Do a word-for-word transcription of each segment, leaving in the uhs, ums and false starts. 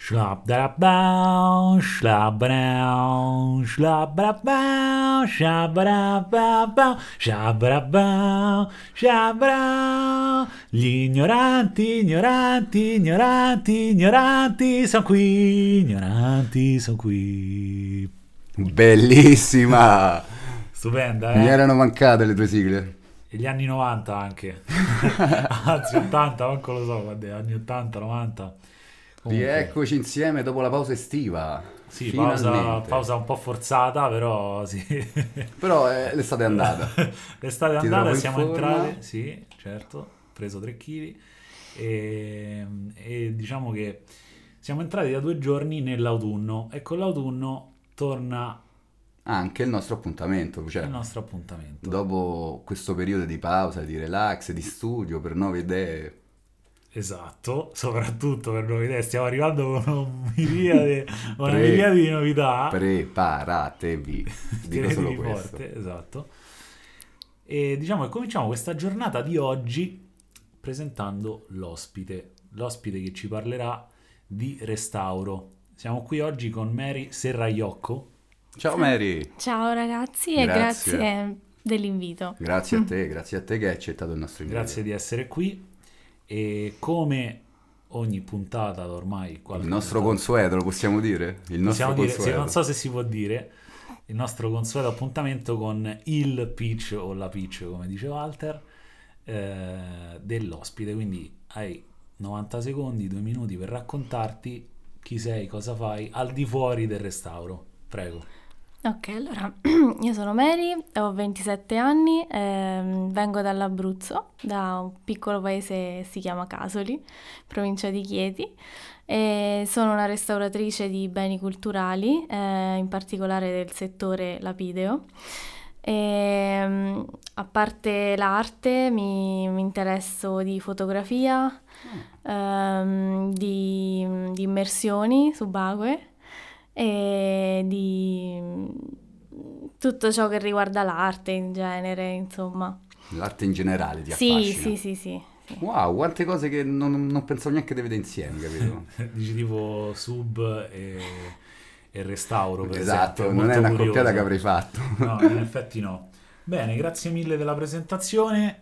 Shlabdabau, shlabrau, shlabrabau, shabrabau, shabrabau, shabrau. Gli ignoranti, ignoranti, ignoranti, ignoranti, sono qui, ignoranti, sono qui. Bellissima! Stupenda, eh? Mi erano mancate le tue sigle. E gli anni novanta anche. Anzi, ottanta, manco lo so, guarda, anni ottanta, novanta. Comunque, Rieccoci insieme dopo la pausa estiva. sì, pausa, Finalmente. pausa un po' forzata, però sì. Però eh, l'estate è andata. L'estate è Ti andata trovo e in siamo forma? entrati, sì, certo, ho preso tre chili e, e diciamo che siamo entrati da due giorni nell'autunno e con l'autunno torna Anche il nostro appuntamento, cioè il nostro appuntamento. dopo questo periodo di pausa, di relax, di studio per nuove idee. Esatto, soprattutto per nuove idee, stiamo arrivando con una miriade, una Pre- miriade di novità. Preparatevi, dico solo Tenetevi questo. forte, esatto. E diciamo che cominciamo questa giornata di oggi presentando l'ospite, l'ospite che ci parlerà di restauro. Siamo qui oggi con Mary Serraiocco. Ciao Mary, Ciao ragazzi e Grazie. grazie dell'invito. grazie a te, grazie a te che hai accettato il nostro invito. Grazie di essere qui e come ogni puntata da ormai qualche Il nostro puntata- consueto, lo possiamo dire? Il nostro possiamo dire, sì, consueto. non so se si può dire, il nostro consueto appuntamento con il pitch o la pitch, come dice Walter, eh, dell'ospite. Quindi hai novanta secondi, due minuti per raccontarti chi sei, cosa fai al di fuori del restauro. Prego. Ok, allora io sono Mary, ho ventisette anni, ehm, vengo dall'Abruzzo, da un piccolo paese che si chiama Casoli, provincia di Chieti, e sono una restauratrice di beni culturali, eh, in particolare del settore lapideo. E, mm, a parte l'arte mi, mi interesso di fotografia, ehm, di, di immersioni subacquee e di tutto ciò che riguarda l'arte in genere, insomma. L'arte in generale ti Sì, affascina. sì, sì, sì, sì. Wow, quante cose che non, non pensavo neanche di vedere insieme, capito? Dici tipo sub e, e restauro, per Esatto, esempio. non è molto una curioso. coppiata che avrei fatto. No, in effetti no. Bene, grazie mille della presentazione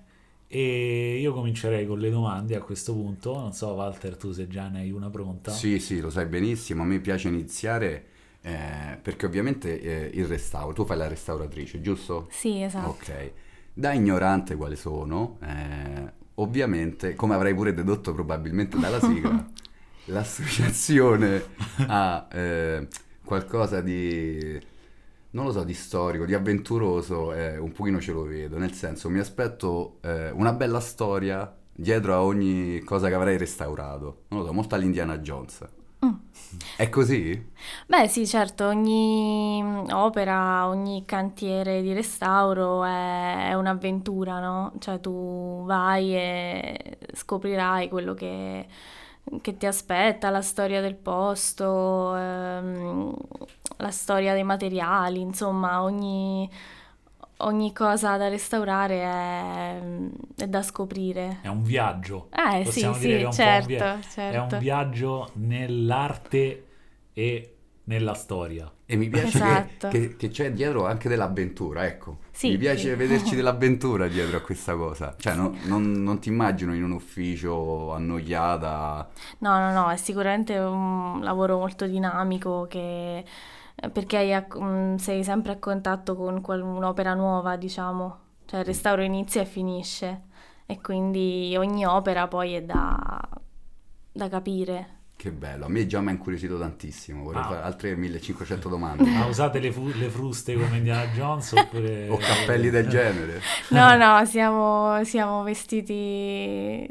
e io comincerei con le domande a questo punto. Non so, Walter, tu se già ne hai una pronta. Sì, sì, lo sai benissimo, a me piace iniziare eh, perché ovviamente eh, il restauro, tu fai la restauratrice, giusto? Sì, esatto. Ok, da ignorante quale sono, eh, ovviamente, come avrai pure dedotto probabilmente dalla sigla, l'associazione ha eh, qualcosa di, non lo so, di storico, di avventuroso, eh, un pochino ce lo vedo, nel senso mi aspetto eh, una bella storia dietro a ogni cosa che avrai restaurato, non lo so, molto all'Indiana Jones. Mm. È così? Beh, sì, certo, ogni mm, opera, ogni cantiere di restauro è, è un'avventura, no? Cioè tu vai e scoprirai quello che, che ti aspetta, la storia del posto, ehm, la storia dei materiali, insomma, ogni, ogni cosa da restaurare è, è da scoprire. È un viaggio. Eh Possiamo sì, dire sì, che è un certo, po' un via- certo. È un viaggio nell'arte e nella storia. E mi piace Esatto. che, che- che c'è dietro anche dell'avventura, ecco. Sì, mi piace sì. vederci dell'avventura dietro a questa cosa. Cioè, no- non, non ti immagino in un ufficio annoiata. No, no, no, è sicuramente un lavoro molto dinamico che, perché hai a- mm, sei sempre a contatto con qual- un'opera nuova, diciamo, cioè il restauro inizia e finisce e quindi ogni opera poi è da, da capire. Che bello, a me già mi ha incuriosito tantissimo. Vorrei Ah. fare altre millecinquecento domande. Ma usate le, fu- le fruste come Indiana Jones oppure... O cappelli del genere. No, no, siamo, siamo vestiti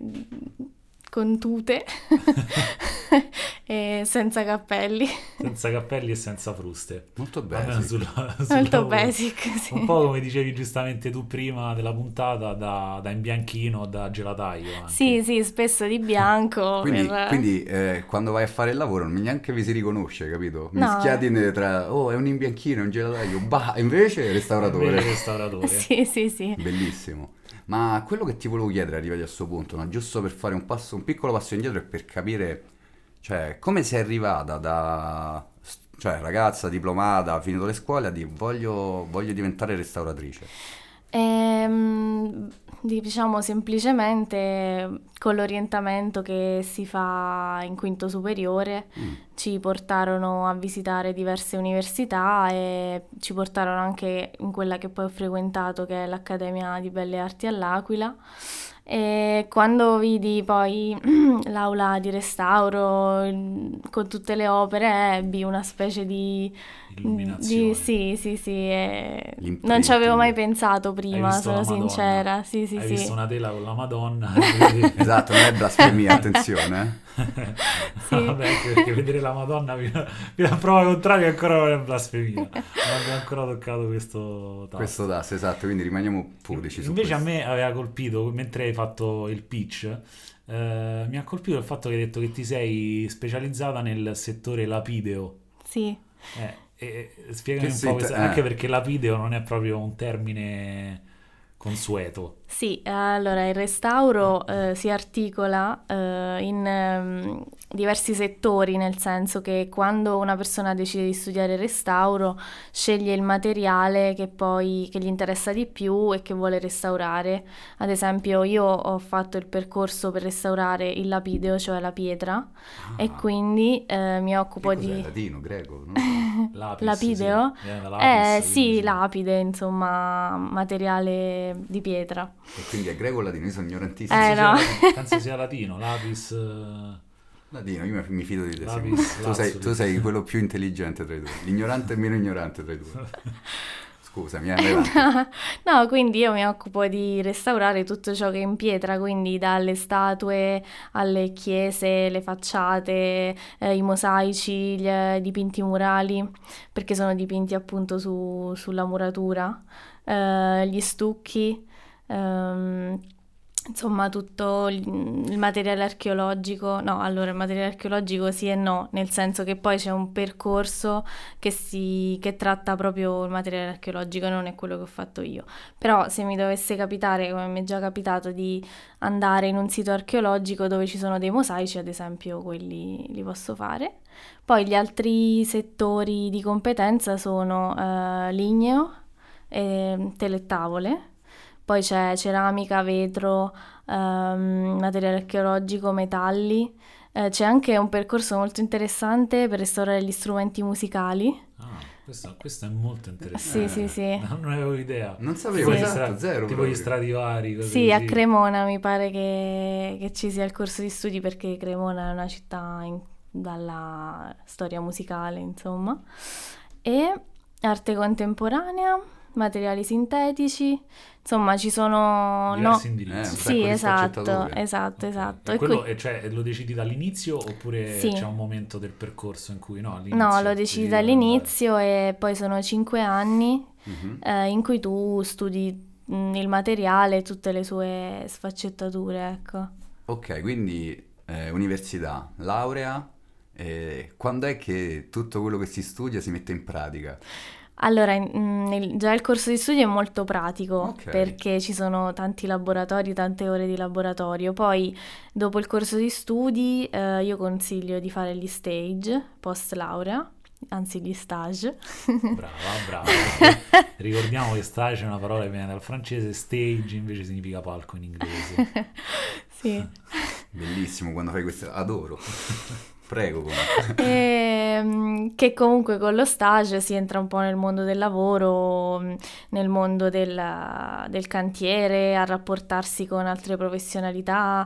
con tute e senza cappelli, Senza cappelli e senza fruste. Molto Almeno basic. sulla- sul molto lavoro. basic, sì. Un po' come dicevi giustamente tu prima della puntata, da, da imbianchino, da gelataio anche. Sì, sì, spesso di bianco. Quindi, per- quindi, eh, quando vai a fare il lavoro non neanche vi si riconosce, capito? No, Mischiati ne- tra, oh, è un imbianchino, è un gelataio, bah, invece è restauratore. Invece restauratore. Sì, sì, sì. Bellissimo. Ma quello che ti volevo chiedere arrivati a questo punto, no? Giusto per fare un passo, un piccolo passo indietro e per capire Cioè, come sei arrivata da, cioè, ragazza diplomata, finito le scuole, a dire voglio, voglio diventare restauratrice? Ehm, diciamo semplicemente con l'orientamento che si fa in quinto superiore Mm. ci portarono a visitare diverse università e ci portarono anche in quella che poi ho frequentato, che è l'Accademia di Belle Arti all'Aquila. E quando vidi poi l'aula di restauro il- con tutte le opere, ebbi una specie di, Illuminazione. di sì, sì, sì, e non L'imprinting. ci avevo mai pensato Hai prima, visto sono la Madonna? sincera. Sì, sì, Hai sì. visto una tela con la Madonna? Vedi- Esatto, non è blasfemia, attenzione. eh. Sì. Vabbè, anche perché vedere la Madonna fino, fino a prova contraria ancora non è blasfemia. Non abbiamo ancora toccato questo tasto. Questo tasto, esatto, quindi rimaniamo pudici su Invece questo. a me aveva colpito, mentre hai fatto il pitch, eh, mi ha colpito il fatto che hai detto che ti sei specializzata nel settore lapideo. Sì. Eh, e- e spiegami Che un si po' int- questa, eh. anche perché lapideo non è proprio un termine consueto. Sì, allora il restauro eh, si articola eh, in ehm, diversi settori, nel senso che quando una persona decide di studiare il restauro sceglie il materiale che poi che gli interessa di più e che vuole restaurare. Ad esempio, io ho fatto il percorso per restaurare il lapideo, cioè la pietra, e Ah, quindi eh, mi che occupo cos'è? di Latino, greco? No? Lapis, lapideo. sì. Viene da Eh lapis, sì, quindi lapide, insomma, materiale di pietra. E quindi è greco o latino? Io sono ignorantissimo. Eh, Penso no. sia, penso sia latino, lapis. eh, Latino, io mi, mi fido di te. Lapis Simone. Tu sei, lazuli. tu sei quello più intelligente tra i due, l'ignorante e meno ignorante tra i due. Scusami, eh, vai avanti. No, quindi io mi occupo di restaurare tutto ciò che è in pietra, quindi dalle statue alle chiese, le facciate, eh, i mosaici, gli eh, dipinti murali, perché sono dipinti appunto su- sulla muratura, eh, gli stucchi, ehm, insomma tutto il, il materiale archeologico. No, allora il materiale archeologico sì e no, nel senso che poi c'è un percorso che, si, che tratta proprio il materiale archeologico, non è quello che ho fatto io. Però se mi dovesse capitare, come mi è già capitato, di andare in un sito archeologico dove ci sono dei mosaici, ad esempio, quelli li posso fare. Poi gli altri settori di competenza sono eh, ligneo, e teletavole, poi c'è ceramica, vetro, ehm, materiale archeologico, metalli. Eh, c'è anche un percorso molto interessante per restaurare gli strumenti musicali. Ah, questo, questo è molto Sì, interessante. sì, sì. Non non avevo idea. Non sapevo, Tipo gli esatto, zero tipo proprio. gli Stradivari, cose Sì, a così. Cremona mi pare che, che ci sia il corso di studi, perché Cremona è una città in- dalla storia musicale, insomma. E arte contemporanea, materiali sintetici, insomma ci sono... Diversi no. indirizzi. Eh, un Sì, sacco di esatto, sfaccettature. esatto, Ok. esatto. E E quello, qui- e cioè, lo decidi dall'inizio oppure Sì. c'è un momento del percorso in cui no, all'inizio No, lo decidi decidi di dall'inizio e poi sono cinque anni Mhm. eh, in cui tu studi mh, il materiale e tutte le sue sfaccettature, ecco. Ok, quindi eh, università, laurea, e quando è che tutto quello che si studia si mette in pratica? Allora, in- mh, il- già il corso di studio è molto pratico, Ok. perché ci sono tanti laboratori, tante ore di laboratorio. Poi, dopo il corso di studi, eh, io consiglio di fare gli stage post laurea, anzi gli stage. Brava, brava. perché ricordiamo che stage è una parola che viene dal francese, stage invece significa palco in inglese. Sì. Bellissimo quando fai questo, adoro. Prego, comunque. E, mm, che comunque con lo stage si entra un po' nel mondo del lavoro, mm, nel mondo del, del cantiere, a rapportarsi con altre professionalità,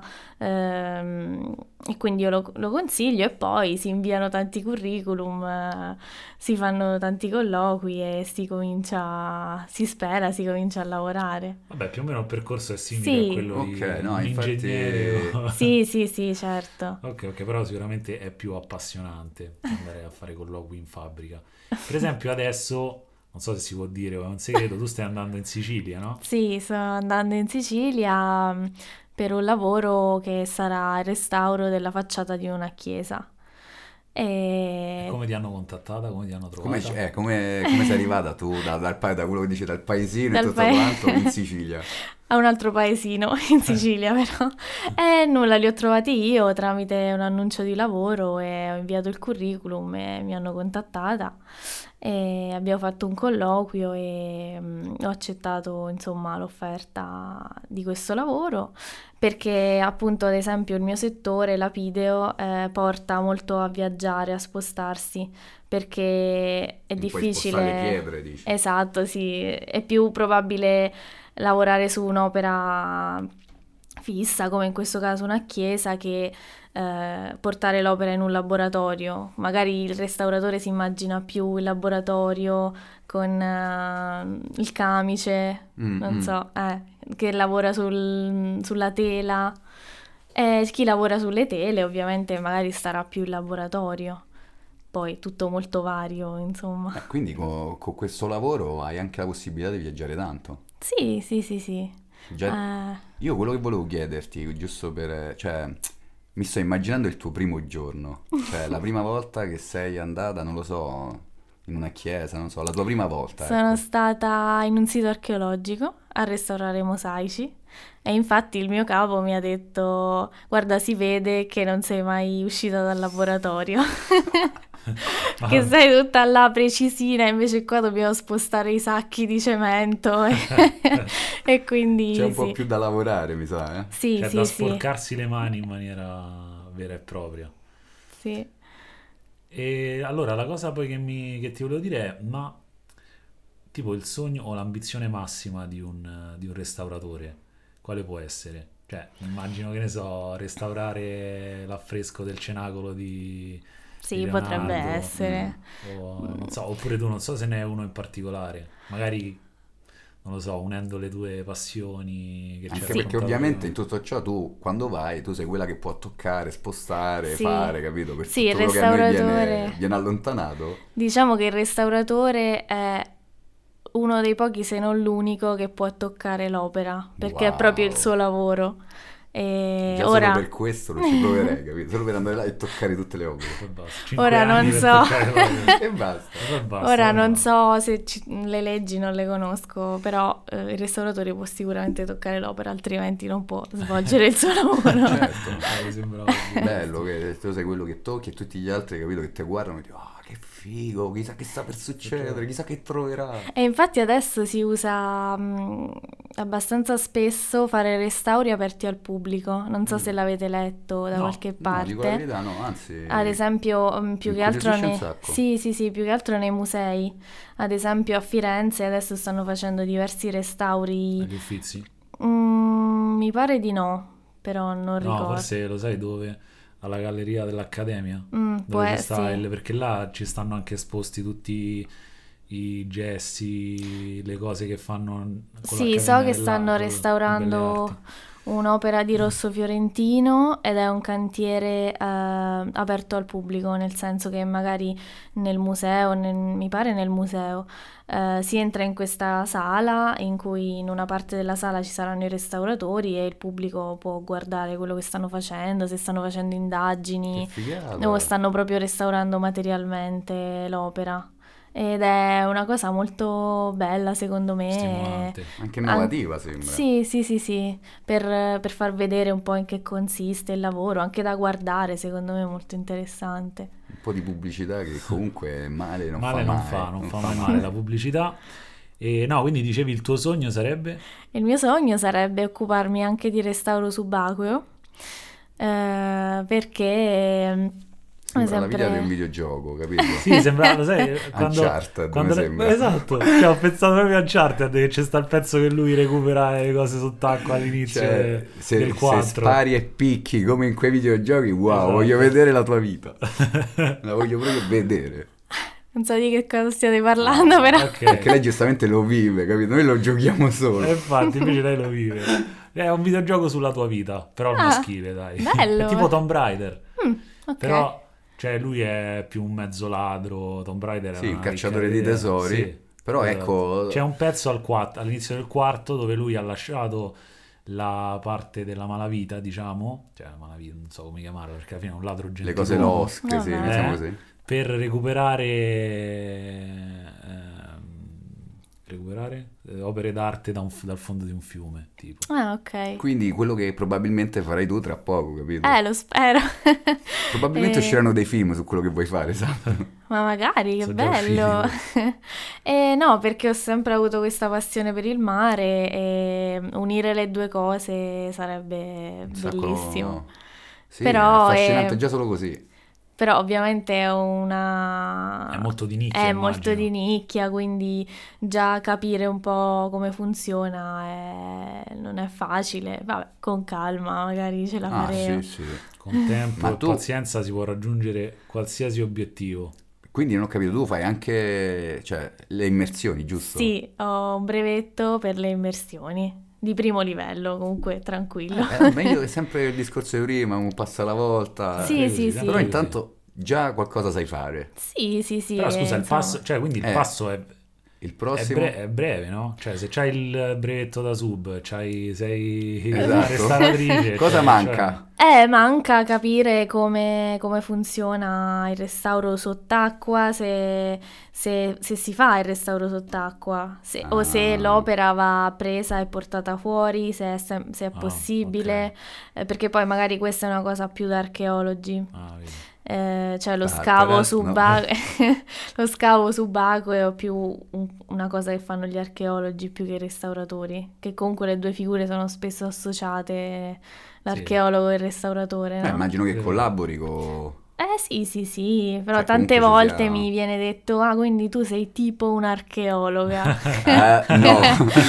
ehm, e quindi io lo, lo consiglio. E poi si inviano tanti curriculum, eh, si fanno tanti colloqui e si comincia, si spera, si comincia a lavorare. Vabbè, più o meno il percorso è simile Sì. a quello di Ok, no, un infatti- ingegnere. o- Sì, sì, sì, certo. Ok, ok, però sicuramente è più appassionante andare a fare colloqui in fabbrica. Per esempio adesso, non so se si può dire, ma è un segreto, tu stai andando in Sicilia, no? Sì, sto andando in Sicilia mm, per un lavoro che sarà il restauro della facciata di una chiesa. E E come ti hanno contattata? Come ti hanno Come, trovata? eh, come, come sei arrivata tu da, dal pa- da quello che dici dal paesino e Dal tutto pae- quanto in Sicilia? a un altro paesino in Sicilia però. E nulla, li ho trovati io tramite un annuncio di lavoro e ho inviato il curriculum e mi hanno contattata e abbiamo fatto un colloquio e mm, ho accettato insomma l'offerta di questo lavoro perché appunto ad esempio il mio settore, la Pideo, eh, porta molto a viaggiare, a spostarsi perché è Non puoi difficile. spostare pietre, dici. Esatto, sì, è più probabile lavorare su un'opera fissa, come in questo caso una chiesa, che eh, portare l'opera in un laboratorio. Magari il restauratore si immagina più il laboratorio con eh, il camice, Mm, non mm. so, eh, che lavora sul- sulla tela. E chi lavora sulle tele ovviamente magari starà più in laboratorio. Poi tutto molto vario, insomma. Eh, quindi co- con questo lavoro hai anche la possibilità di viaggiare tanto. Sì, sì, sì, sì. Già- Eh, Io quello che volevo chiederti, giusto per... cioè, mi sto immaginando il tuo primo giorno, cioè la prima volta che sei andata, non lo so, in una chiesa, non so, la tua prima volta, sono ecco. stata in un sito archeologico a restaurare mosaici e infatti il mio capo mi ha detto: guarda, si vede che non sei mai uscita dal laboratorio, che Ma- sei tutta là precisina, invece qua dobbiamo spostare i sacchi di cemento e, e quindi C'è un po' sì, più da lavorare, mi sa, eh? sì, Cioè sì, da sì, sporcarsi le mani in maniera vera e propria. sì. E allora la cosa poi che, mi, che ti volevo dire è, ma tipo il sogno o l'ambizione massima di un, di un restauratore, quale può essere? Cioè, immagino che ne so, restaurare l'affresco del cenacolo di, di Sì, potrebbe Leonardo, essere. o, Mm, non so, oppure tu non so se ne è uno in particolare, magari, non lo so, unendo le tue passioni che ci hai Anche Sì. perché raccontato ovviamente prima. in tutto ciò tu, quando vai, tu sei quella che può toccare, spostare, Sì, fare, capito? Per sì, il tutto quello che a noi viene, restauratore. viene allontanato. Diciamo che il restauratore è uno dei pochi, se non l'unico, che può toccare l'opera, perché è proprio il Wow. suo lavoro. E Già solo per ora, questo non ci proverei, capito? Solo per andare là e toccare tutte le opere. Poi basta, cinque ora non anni per so, toccare l'opera. E basta. E poi basta, ora poi non no. so se ci- le leggi non le conosco, però eh, il restauratore può sicuramente toccare l'opera, altrimenti non può svolgere il suo lavoro. Certo. Eh, mi sembrava giusto. Bello che tu sei quello che tocchi e tutti gli altri, capito, che ti guardano e dicono, ah, che figo, chissà che sta per succedere, chissà che troverà. E infatti adesso si usa mh, abbastanza spesso fare restauri aperti al pubblico. Non so se l'avete letto da No, qualche No, dico la parte. verità, no, anzi, Ad esempio, mh, più mi che altro incuriosisce un nei... sacco. Sì, sì, sì, più che altro nei musei. Ad esempio a Firenze adesso stanno facendo diversi restauri. Agli Uffizi? Mm, mi pare di no, però non No, ricordo. forse lo sai dove? Alla galleria dell'Accademia, Mm, può dove ci essere, sta sì. il... perché là ci stanno anche esposti tutti i gessi, le cose che fanno con Sì, so l'Accademia che stanno dell'Arte, di Belle restaurando Arti. un'opera di Rosso Fiorentino ed è un cantiere eh, aperto al pubblico, nel senso che magari nel museo, nel- mi pare nel museo, eh, si entra in questa sala in cui in una parte della sala ci saranno i restauratori e il pubblico può guardare quello che stanno facendo, se stanno facendo Che indagini o figata. stanno proprio restaurando materialmente l'opera. Ed è una cosa molto bella, secondo me. Stimolante. Anche An- innovativa sembra. Sì, sì, sì, sì, per, per far vedere un po' in che consiste il lavoro, anche da guardare, secondo me è molto interessante. Un po' di pubblicità che comunque male non Male fa non mai. fa, non fa mai male la pubblicità. E no, quindi dicevi il tuo sogno sarebbe? Il mio sogno sarebbe occuparmi anche di restauro subacqueo, eh, perché è Sembra la vita di un sempre... videogioco, capito? Sì, sembra, lo sai, quando, Uncharted, quando mi le- sembra. esatto, cioè, ho pensato proprio a Uncharted, che c'è sta il pezzo che lui recupera le cose sott'acqua all'inizio Cioè, de- se, del se quattro. spari e picchi come in quei videogiochi, wow, Esatto. voglio vedere la tua vita. La voglio proprio vedere. Non so di che cosa stiate parlando, però... Ok. Perché lei giustamente lo vive, capito? Noi lo giochiamo solo. E infatti, invece lei lo vive. È un videogioco sulla tua vita, però al Ah, maschile, dai. bello. È tipo Tomb Raider. Mm, ok. Però, cioè, lui è più un mezzo ladro, Tomb Raider è Sì, una un cacciatore ricca di idea. tesori. Sì, Però esatto. ecco, C'è un pezzo al quatt- all'inizio del quarto dove lui ha lasciato la parte della malavita, diciamo, cioè malavita, non so come chiamarlo, perché alla fine è un ladro le gentiluomo, cose losche, sì, Vabbè. diciamo Eh? così. per recuperare ehm, recuperare? Eh, opere d'arte da un f- dal fondo di un fiume, tipo. Ah, ok. Quindi quello che probabilmente farai tu tra poco, capito? Eh, lo spero. Probabilmente Eh, usciranno dei film su quello che vuoi fare, esatto? Ma magari, che Sono già bello. usciti. Eh, no, perché ho sempre avuto questa passione per il mare e unire le due cose sarebbe Un sacco... bellissimo. Sì, è Però affascinante è, già solo così. però ovviamente è È una... molto di nicchia, è molto di immagino. nicchia, quindi già capire un po' come funziona è- non è facile. Vabbè, con calma, magari ce la Ah, sì, faremo. sì. Con tempo Ma e tu, pazienza si può raggiungere qualsiasi obiettivo. quindi non ho capito, tu fai anche, cioè, le immersioni, giusto? Sì, ho un brevetto per le immersioni di primo livello, comunque tranquillo. Eh, è meglio che sempre il discorso di prima, un passo alla volta. Sì, Sempre sì, così, sì. Però sempre intanto già qualcosa sai fare. Sì, sì, sì, Però e scusa, il insomma. passo, cioè quindi il Eh, passo è, il è, prossimo... bre- è breve, no? Cioè se c'hai il brevetto da sub, c'hai, sei una Esatto. restauratrice, Cosa cioè, manca? Eh, manca capire come, come funziona il restauro sott'acqua, se, se- se si fa il restauro sott'acqua, se- o se Ah, l'opera va presa e portata fuori, se è, sem- se è Ah, possibile, ok. eh, perché poi magari questa è una cosa più da archeologi. Ah, vedi. Eh, cioè lo ah, scavo però- no. subacqueo, lo scavo subacqueo è più un- una cosa che fanno gli archeologi più che i restauratori, che comunque le due figure sono spesso associate, l'archeologo e il restauratore, Eh, no? immagino che Vero. collabori con... Eh sì, sì, sì, però Cioè, tante comunque ci volte sia- mi viene detto, ah, quindi tu sei tipo un'archeologa. Eh, no.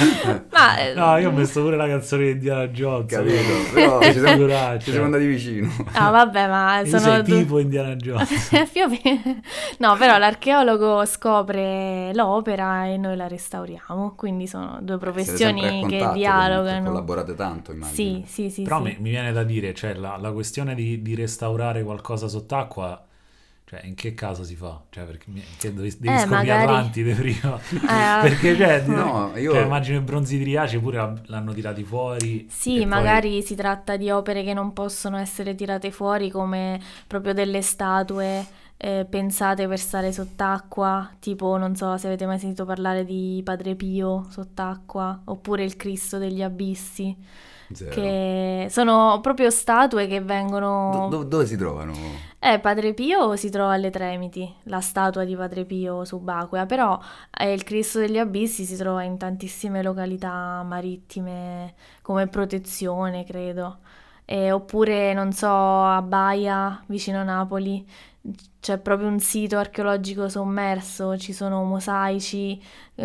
Ma, eh, No, io ho messo pure la canzone di Indiana Jones. Capito, però ci siamo, Figuraccia. ci siamo andati vicino. ah, vabbè, ma E tu sono sei due... tipo Indiana Jones. Più o meno. No, però l'archeologo scopre l'opera e noi la restauriamo, quindi sono due Siete sempre a professioni che contatto, comunque, dialogano. collaborate tanto, immagino. Sì, sì, sì, Però sì. mi, mi viene da dire, cioè la, la questione di, di restaurare qualcosa sott'acqua, cioè in che caso si fa? Cioè perché mi- che devi, devi Eh, scoprire magari- Atlantide prima. Eh, Perché cioè, di- No, io- cioè, immagino i bronzi di Riace pure la- l'hanno tirati fuori. Sì, e poi- magari si tratta di opere che non possono essere tirate fuori, come proprio delle statue eh, pensate per stare sott'acqua, tipo non so se avete mai sentito parlare di Padre Pio sott'acqua, oppure il Cristo degli Abissi, Zero. che sono proprio statue che Do- vengono... do- dove si trovano? Eh, Padre Pio si trova alle Tremiti, la statua di Padre Pio subacquea, però eh, il Cristo degli Abissi si trova in tantissime località marittime come protezione, credo. Eh, oppure, non so, a Baia, vicino a Napoli, c'è proprio un sito archeologico sommerso, ci sono mosaici,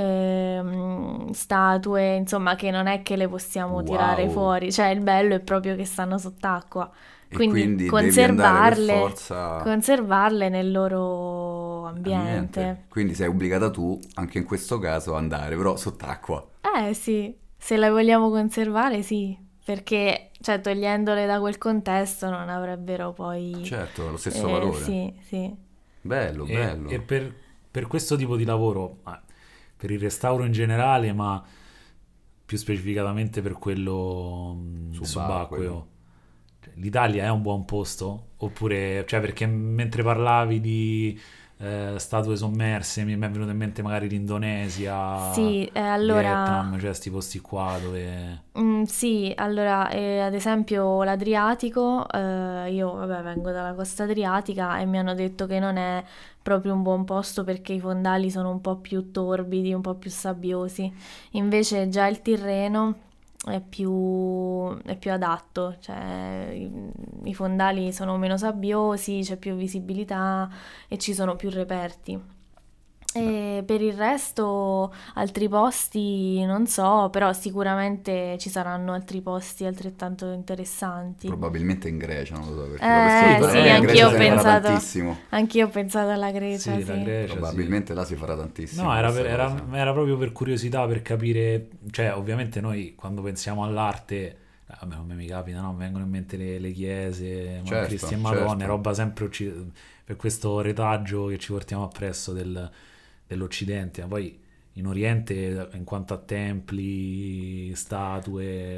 ehm, statue, insomma, che non è che le possiamo tirare Wow. fuori, cioè il bello è proprio che stanno sott'acqua. E Quindi quindi devi andare per conservarle, forza conservarle nel loro ambiente. ambiente. Quindi sei obbligata tu, anche in questo caso, a andare, però sott'acqua. Eh sì, se le vogliamo conservare sì, perché cioè togliendole da quel contesto non avrebbero poi... Certo, ha lo stesso eh, valore. Sì, sì. Bello, E, bello. e per, per questo tipo di lavoro, ma per il restauro in generale, ma più specificatamente per quello mh, Subacqueo. subacqueo, cioè, l'Italia è un buon posto? Oppure, cioè perché mentre parlavi di eh, statue sommerse mi è venuto in mente magari l'Indonesia, Sì, eh, allora... Vietnam, cioè questi posti qua dove... Mm, sì, allora, eh, ad esempio l'Adriatico, eh, io vabbè vengo dalla costa adriatica e mi hanno detto che non è proprio un buon posto perché i fondali sono un po' più torbidi, un po' più sabbiosi, invece già il Tirreno è più, è più adatto, cioè i, i fondali sono meno sabbiosi, c'è più visibilità e ci sono più reperti. E per il resto, altri posti non so, però sicuramente ci saranno altri posti altrettanto interessanti. Probabilmente in Grecia, non lo so, perché Eh, da questo sì, in anch'io Grecia ho se ne farà pensato- tantissimo. Anch'io ho pensato alla Grecia, Sì, sì. la Grecia, sì. Probabilmente là si farà tantissimo. No, era, per- questa era- cosa. era proprio per curiosità, per capire, cioè ovviamente noi quando pensiamo all'arte, eh, vabbè, a me mi capita, no? Mi vengono in mente le, le chiese, Certo, Cristi e Madonne, certo. roba sempre occi- per questo retaggio che ci portiamo appresso del- dell'Occidente, ma poi in Oriente in quanto a templi, statue,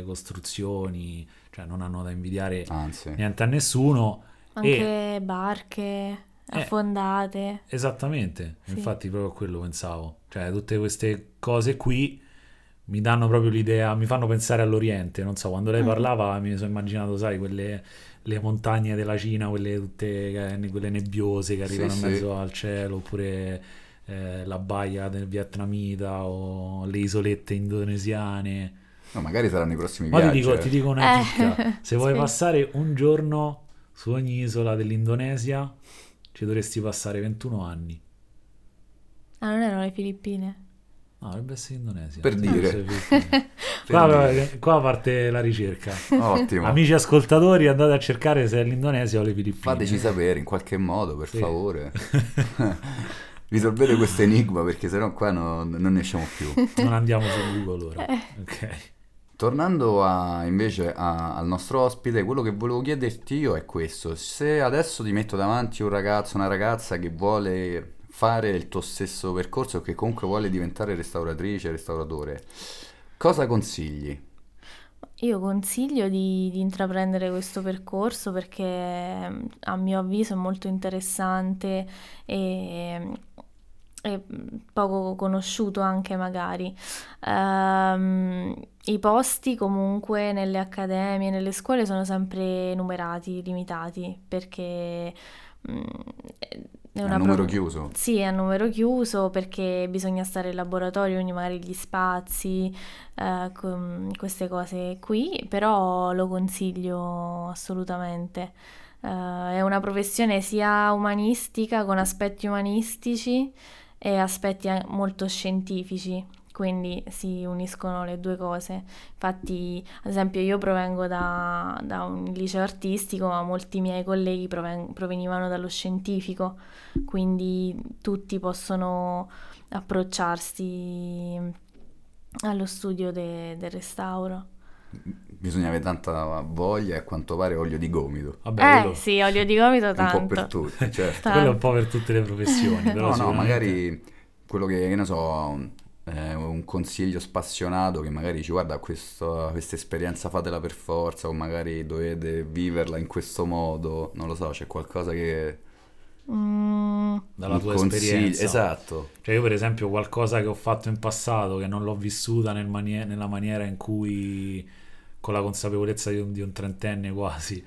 costruzioni, cioè non hanno da invidiare Anzi, niente a nessuno. Anche barche, Eh, affondate. Esattamente, Sì. infatti proprio a quello pensavo. Cioè, tutte queste cose qui mi danno proprio l'idea, mi fanno pensare all'Oriente. Non so, quando lei Mm. parlava mi sono immaginato, sai, quelle le montagne della Cina, quelle tutte eh, quelle nebbiose che Sì, arrivano in sì. mezzo al cielo, oppure eh, la baia del vietnamita o le isolette indonesiane. No, magari saranno i prossimi Ma ti viaggi. dico, eh. ti dico una chicca, Eh, se vuoi sì. passare un giorno su ogni isola dell'Indonesia, ci dovresti passare ventuno anni. Ah, non erano le Filippine? No, dovrebbe essere Indonesia. Per Sì, dire. sì, Filippine. Per Qua, dire. qua parte la ricerca. Ottimo. Amici ascoltatori, andate a cercare se è l'Indonesia o le Filippine. Fateci sapere in qualche modo, per Sì. favore. Risolvete questo enigma perché sennò qua no- non ne esciamo più. Non andiamo su Google ora. Eh. Ok. Tornando a- invece a- al nostro ospite, quello che volevo chiederti io è questo: se adesso ti metto davanti un ragazzo, una ragazza che vuole fare il tuo stesso percorso, che comunque vuole diventare restauratrice, restauratore, cosa consigli? Io consiglio di, di intraprendere questo percorso perché mm, a mio avviso è molto interessante e, e poco conosciuto anche magari. Ehm, i posti comunque nelle accademie, nelle scuole sono sempre numerati, limitati, perché mm, è È una un numero pro- chiuso? Sì, è a numero chiuso perché bisogna stare in laboratorio, quindi magari gli spazi, eh, com- queste cose qui, però lo consiglio assolutamente. Eh, è una professione sia umanistica, con aspetti umanistici e aspetti an- molto scientifici, quindi si uniscono le due cose. Infatti, ad esempio, io provengo da, da un liceo artistico, ma molti miei colleghi proven- provenivano dallo scientifico, quindi tutti possono approcciarsi allo studio de- del restauro. Bisogna avere tanta voglia e a quanto pare olio di gomito. Vabbè, Eh quello, sì, olio di gomito È un po' per tanto. tutti, certo. quello è un Tanto. po' per tutte le professioni, però No, no, sicuramente... magari quello che, che ne so, eh, un consiglio spassionato che magari ci guarda, questo- questa esperienza fatela per forza o magari dovete viverla in questo modo, non lo so, c'è qualcosa che Mm, dalla un tua consiglio, esperienza. esatto. Cioè io per esempio qualcosa che ho fatto in passato che non l'ho vissuta nel manie- nella maniera in cui, con la consapevolezza di un, di un trentenne quasi,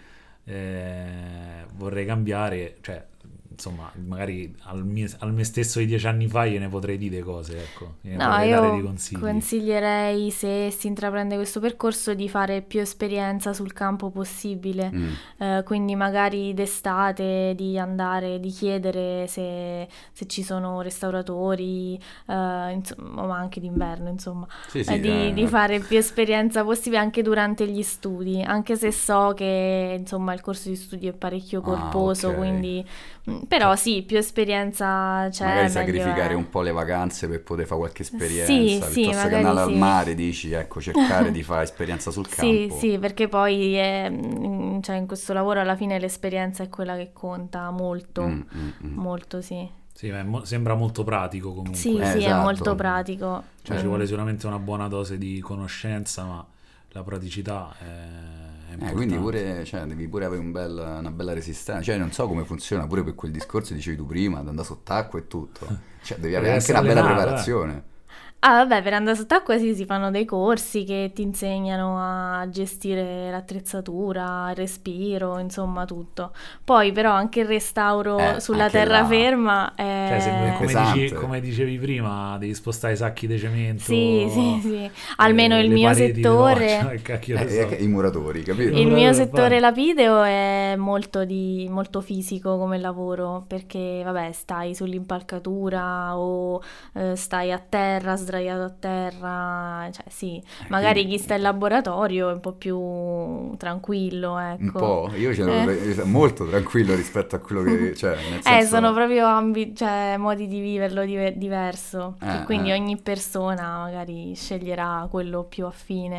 eh, vorrei cambiare, cioè insomma magari al, mie- al me stesso di dieci anni fa gliene potrei dire cose, ecco, gliene No, potrei dare dei io consigli. consiglierei, se si intraprende questo percorso, di fare più esperienza sul campo possibile. Mm. Eh, quindi magari d'estate di andare, di chiedere se, se ci sono restauratori, eh, insomma, ma anche d'inverno, insomma. Sì, Eh, sì, di, eh, di fare più esperienza possibile anche durante gli studi, anche se so che insomma il corso di studio è parecchio Ah, corposo, ok. quindi mm, però sì, più esperienza c'è, magari meglio sacrificare è. un po' le vacanze per poter fare qualche Sì, esperienza, sì, piuttosto che magari andare al sì. mare, dici, ecco, cercare di fare esperienza sul Sì, campo. sì, perché poi è, mm, cioè in questo lavoro alla fine l'esperienza è quella che conta molto, Mm, mm, mm. molto sì. Sì, ma è mo- sembra molto pratico comunque. Sì, Eh, sì, è esatto. molto pratico. Cioè ci Mm. vuole sicuramente una buona dose di conoscenza, ma la praticità è, è Eh, importante. quindi pure, cioè, devi pure avere un bel- una bella resistenza, cioè non so come funziona pure per quel discorso che dicevi tu prima, di andare sott'acqua e tutto, cioè devi Devi avere anche essere una bella allenato, eh. preparazione. Ah, vabbè, per andare sott'acqua sì, si fanno dei corsi che ti insegnano a gestire l'attrezzatura, il respiro, insomma tutto. Poi però anche il restauro Eh, sulla anche là. terraferma Cioè, se- è... come, Pesante. dici- come dicevi prima, devi spostare i sacchi di cemento, Sì, sì, sì. Almeno eh, il le mio pareti di settore... roccia, che cacchio ne Eh, so. eh, I muratori, capito? Il Non mio lo settore fare. lapideo è molto, di, molto fisico come lavoro, perché vabbè, stai sull'impalcatura o eh, stai a terra, sdraiato a terra, cioè sì, magari quindi- chi sta in laboratorio è un po' più tranquillo, Un ecco. po', io ce Eh. l'ho io sono molto tranquillo rispetto a quello che, cioè, nel Eh, senso, sono proprio ambi- cioè, modi di viverlo dive- diverso, Eh, che quindi eh. ogni persona magari sceglierà quello più affine.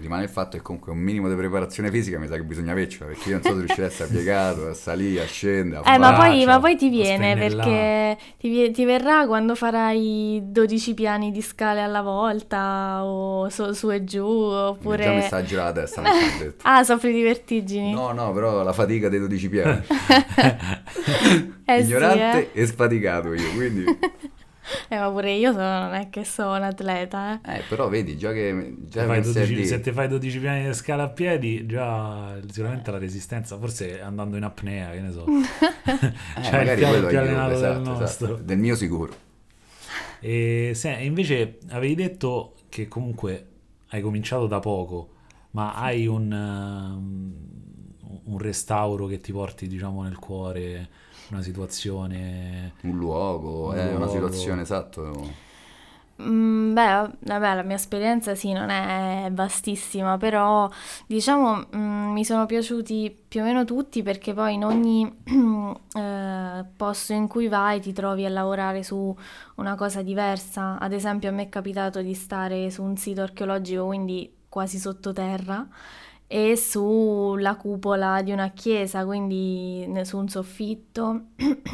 rimane il fatto che comunque un minimo di preparazione fisica mi sa che bisogna avercela, perché io non so se riuscirei a essere piegato, a salire, a scendere, a Eh, ma fare. poi, ma poi ti a viene, spennellare. perché ti, vie- ti verrà quando farai dodici piani di scale alla volta, o su, su e giù, Già mi oppure... sta a girare la testa, non ti ho detto. Ah, soffri di vertigini? No, no, però la fatica dei dodici piani. Eh sì, Ignorante eh. e sfaticato io, quindi... Eh, ma pure io sono, non è che sono un atleta, eh. Eh, però vedi, già che... Già Se, fai pensi a dodici, dire- se ti fai dodici piani di scala a piedi, già sicuramente la resistenza, forse andando in apnea, che ne so. Eh, Cioè, magari il piano quello più aiuta, allenato del esatto, nostro. esatto. Del mio sicuro. E se, e invece avevi detto che comunque hai cominciato da poco, ma hai un, um, un restauro che ti porti, diciamo, nel cuore, una situazione... Un luogo, Un eh, una luogo. situazione, esatto. Mm, beh, vabbè, la mia esperienza sì, non è vastissima, però diciamo mm, mi sono piaciuti più o meno tutti, perché poi in ogni eh, posto in cui vai ti trovi a lavorare su una cosa diversa. Ad esempio, a me è capitato di stare su un sito archeologico, quindi quasi sottoterra, e sulla cupola di una chiesa, quindi ne- su un soffitto,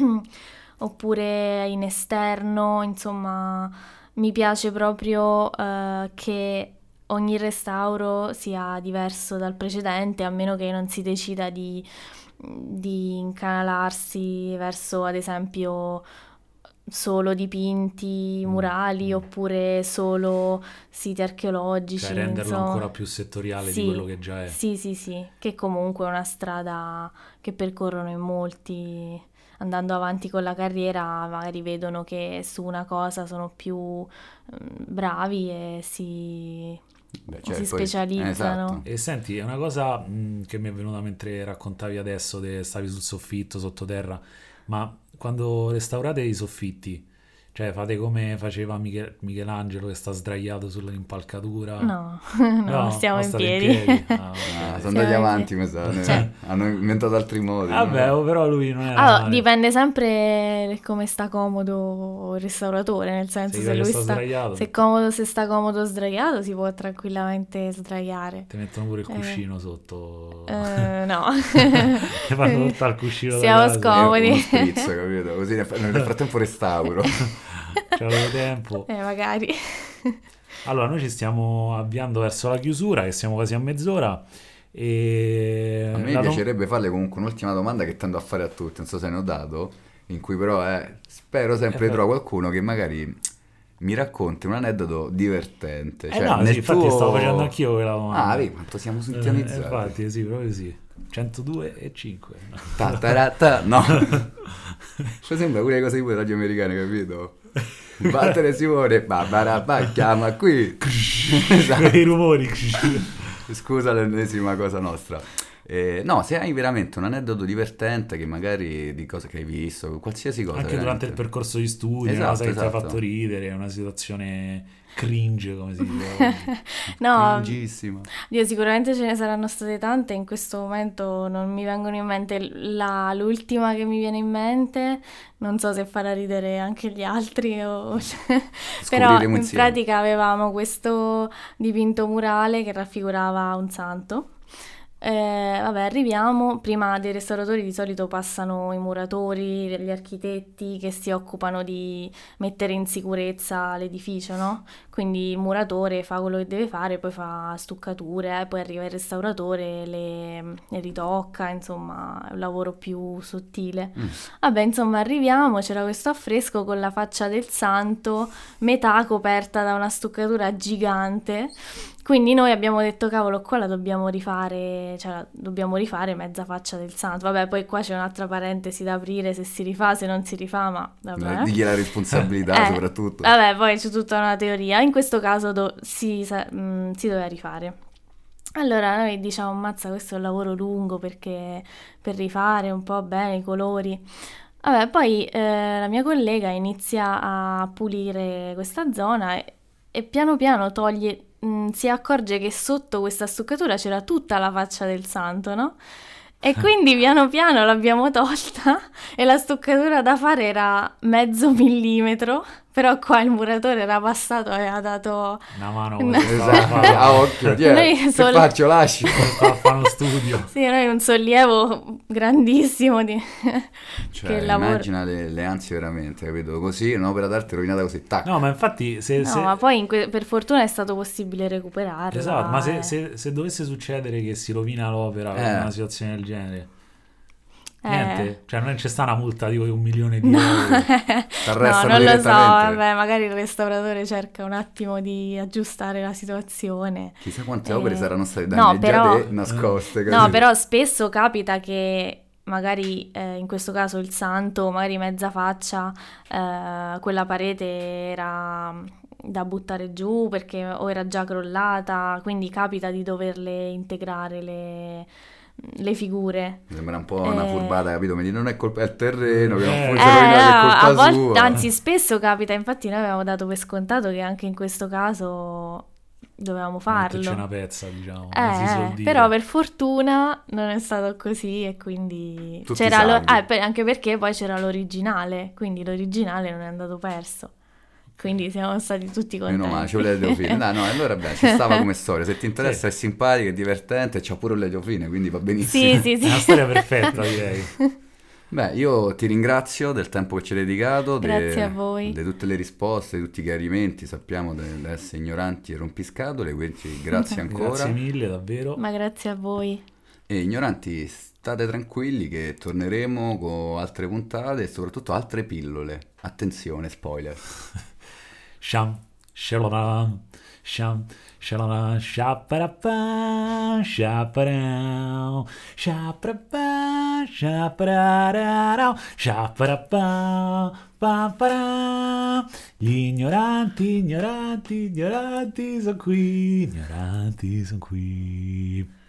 oppure in esterno, insomma, mi piace proprio eh, che ogni restauro sia diverso dal precedente, a meno che non si decida di, di incanalarsi verso, ad esempio, solo dipinti murali, oppure solo siti archeologici, Cioè renderlo insomma. ancora più settoriale Sì, di quello che già è. sì, sì, sì, che comunque è una strada che percorrono in molti, andando avanti con la carriera, magari vedono che su una cosa sono più mm, bravi e si, Beh, si cioè, poi- specializzano. esatto. E senti, è una cosa mh, che mi è venuta mentre raccontavi adesso, che stavi sul soffitto, sottoterra, ma quando restaurate i soffitti, cioè fate come faceva Miche- Michelangelo che sta sdraiato sull'impalcatura? No, no, stiamo o in state piedi. Ah, ok. Ah, sono Siamo andati in avanti, mi sa. ne- Cioè- Hanno inventato altri modi. Vabbè, no? oh, però lui non era Allora, male. dipende sempre come sta comodo il restauratore, nel senso, Se gli se piace lui sta sta, sdraiato, se è comodo, se sta comodo sdraiato, si può tranquillamente sdraiare. ti mettono pure il Eh. cuscino sotto. Eh, no. Ti fanno tutto al cuscino da Siamo casa. scomodi. È uno spritz, capito? Così nel, nel frattempo restauro. C'avevo tempo. Eh, magari. Allora, noi ci stiamo avviando verso la chiusura, che siamo quasi a mezz'ora. E A me la dom- piacerebbe farle comunque un'ultima domanda che tendo a fare a tutti, non so se ne ho dato, in cui però eh, spero sempre Eh, di trovare qualcuno che magari mi racconti un aneddoto divertente. Eh Cioè, no, nel sì, infatti tuo- stavo facendo anch'io quella domanda. Ah, vedi quanto siamo Eh, sintonizzati. infatti, sì, proprio sì. centodue e cinque. No. Ta tarata, no. Poi sembra pure le cose tipo radio americane, capito? Battere Simone, babbarabà, chiama qui. Esatto. I rumori. Scusa l'ennesima cosa nostra. Eh, no, se hai veramente un aneddoto divertente che magari di cose che hai visto, qualsiasi cosa. Anche durante il veramente. percorso di studio, Esatto, una cosa che ti ha esatto. fatto ridere, una situazione cringe, come si dice. No, Cringissima. io sicuramente ce ne saranno state tante, in questo momento non mi vengono in mente. La, l'ultima che mi viene in mente, non so se farà ridere anche gli altri, o... però Scopriremo in insieme. pratica avevamo questo dipinto murale che raffigurava un santo. Eh, vabbè, arriviamo, prima dei restauratori di solito passano i muratori, gli architetti che si occupano di mettere in sicurezza l'edificio, no? Quindi il muratore fa quello che deve fare, poi fa stuccature, eh, poi arriva il restauratore, le, le ritocca, insomma, è un lavoro più sottile. Mm. Vabbè, insomma, arriviamo, c'era questo affresco con la faccia del santo, metà coperta da una stuccatura gigante. Quindi noi abbiamo detto, cavolo, qua la dobbiamo rifare, cioè la dobbiamo rifare mezza faccia del santo. Vabbè, poi qua c'è un'altra parentesi da aprire, se si rifà, se non si rifà, ma vabbè. Di chi è la responsabilità, Eh, soprattutto. Vabbè, poi c'è tutta una teoria. In questo caso do- si, sa- mh, si doveva rifare. Allora noi diciamo, mazza, questo è un lavoro lungo perché per rifare un po' bene i colori. Vabbè, poi eh, la mia collega inizia a pulire questa zona e, e piano piano toglie, mh, si accorge che sotto questa stuccatura c'era tutta la faccia del santo, no? E quindi piano piano l'abbiamo tolta e la stuccatura da fare era mezzo millimetro, però qua il muratore era passato e aveva dato... Una mano No. Esatto, a occhio, ti è. Noi Che sol- faccio? Lasci. Sta a fare uno studio. Sì, noi un sollievo grandissimo di... Cioè, che lavoro. immagina le, le ansie veramente, capito? Così, un'opera d'arte rovinata così, tac. No, ma infatti se... No, se- ma poi in que- per fortuna è stato possibile recuperarla. Esatto, ma se, eh. se- se dovesse succedere che si rovina l'opera per Eh. una situazione del genere, Eh. niente, cioè non c'è sta una multa tipo di un milione di No, euro. no, T'arrestano non lo so, direttamente. vabbè, magari il restauratore cerca un attimo di aggiustare la situazione. Chissà quante Eh, opere saranno state no, danneggiate però- nascoste. No, capito? però spesso capita che magari eh, in questo caso il santo, magari mezza faccia, eh, quella parete era da buttare giù perché o era già crollata, quindi capita di doverle integrare le, le figure. Mi sembra un po' una Eh. furbata, capito? Mi dici, non è colpa del terreno, che non Eh. puoi Eh, rovinare, è no, colpa a volte, sua. anzi spesso capita, infatti noi avevamo dato per scontato che anche in questo caso dovevamo Metterci farlo. una pezza, diciamo, come si suol Eh, dire. però per fortuna non è stato così e quindi Tutti c'era lo- salvi. ah, per- anche perché poi c'era l'originale, quindi l'originale non è andato perso. Quindi siamo stati tutti contenti. Meno male, c'ho l'elio fine. Dai, no, allora bene, ci stava come storia. Se ti interessa Sì. è simpatica, è divertente, c'ha pure l'elio fine, quindi va benissimo. Sì, sì, È sì. una storia perfetta, direi. Beh, io ti ringrazio del tempo che ci hai dedicato, de- Grazie a voi. di tutte le risposte, di tutti i chiarimenti. Sappiamo di essere ignoranti e rompiscatole, quindi grazie ancora. Grazie mille, davvero. Ma grazie a voi. E ignoranti, state tranquilli che torneremo con altre puntate e soprattutto altre pillole. Attenzione, spoiler. Sham, shalalam, sham, shalalam, shaparapam, shaparao, shaparapam, shaparararao, shaparapam, pamparam. Gli ignoranti, ignoranti, ignoranti sono qui, ignoranti sono qui.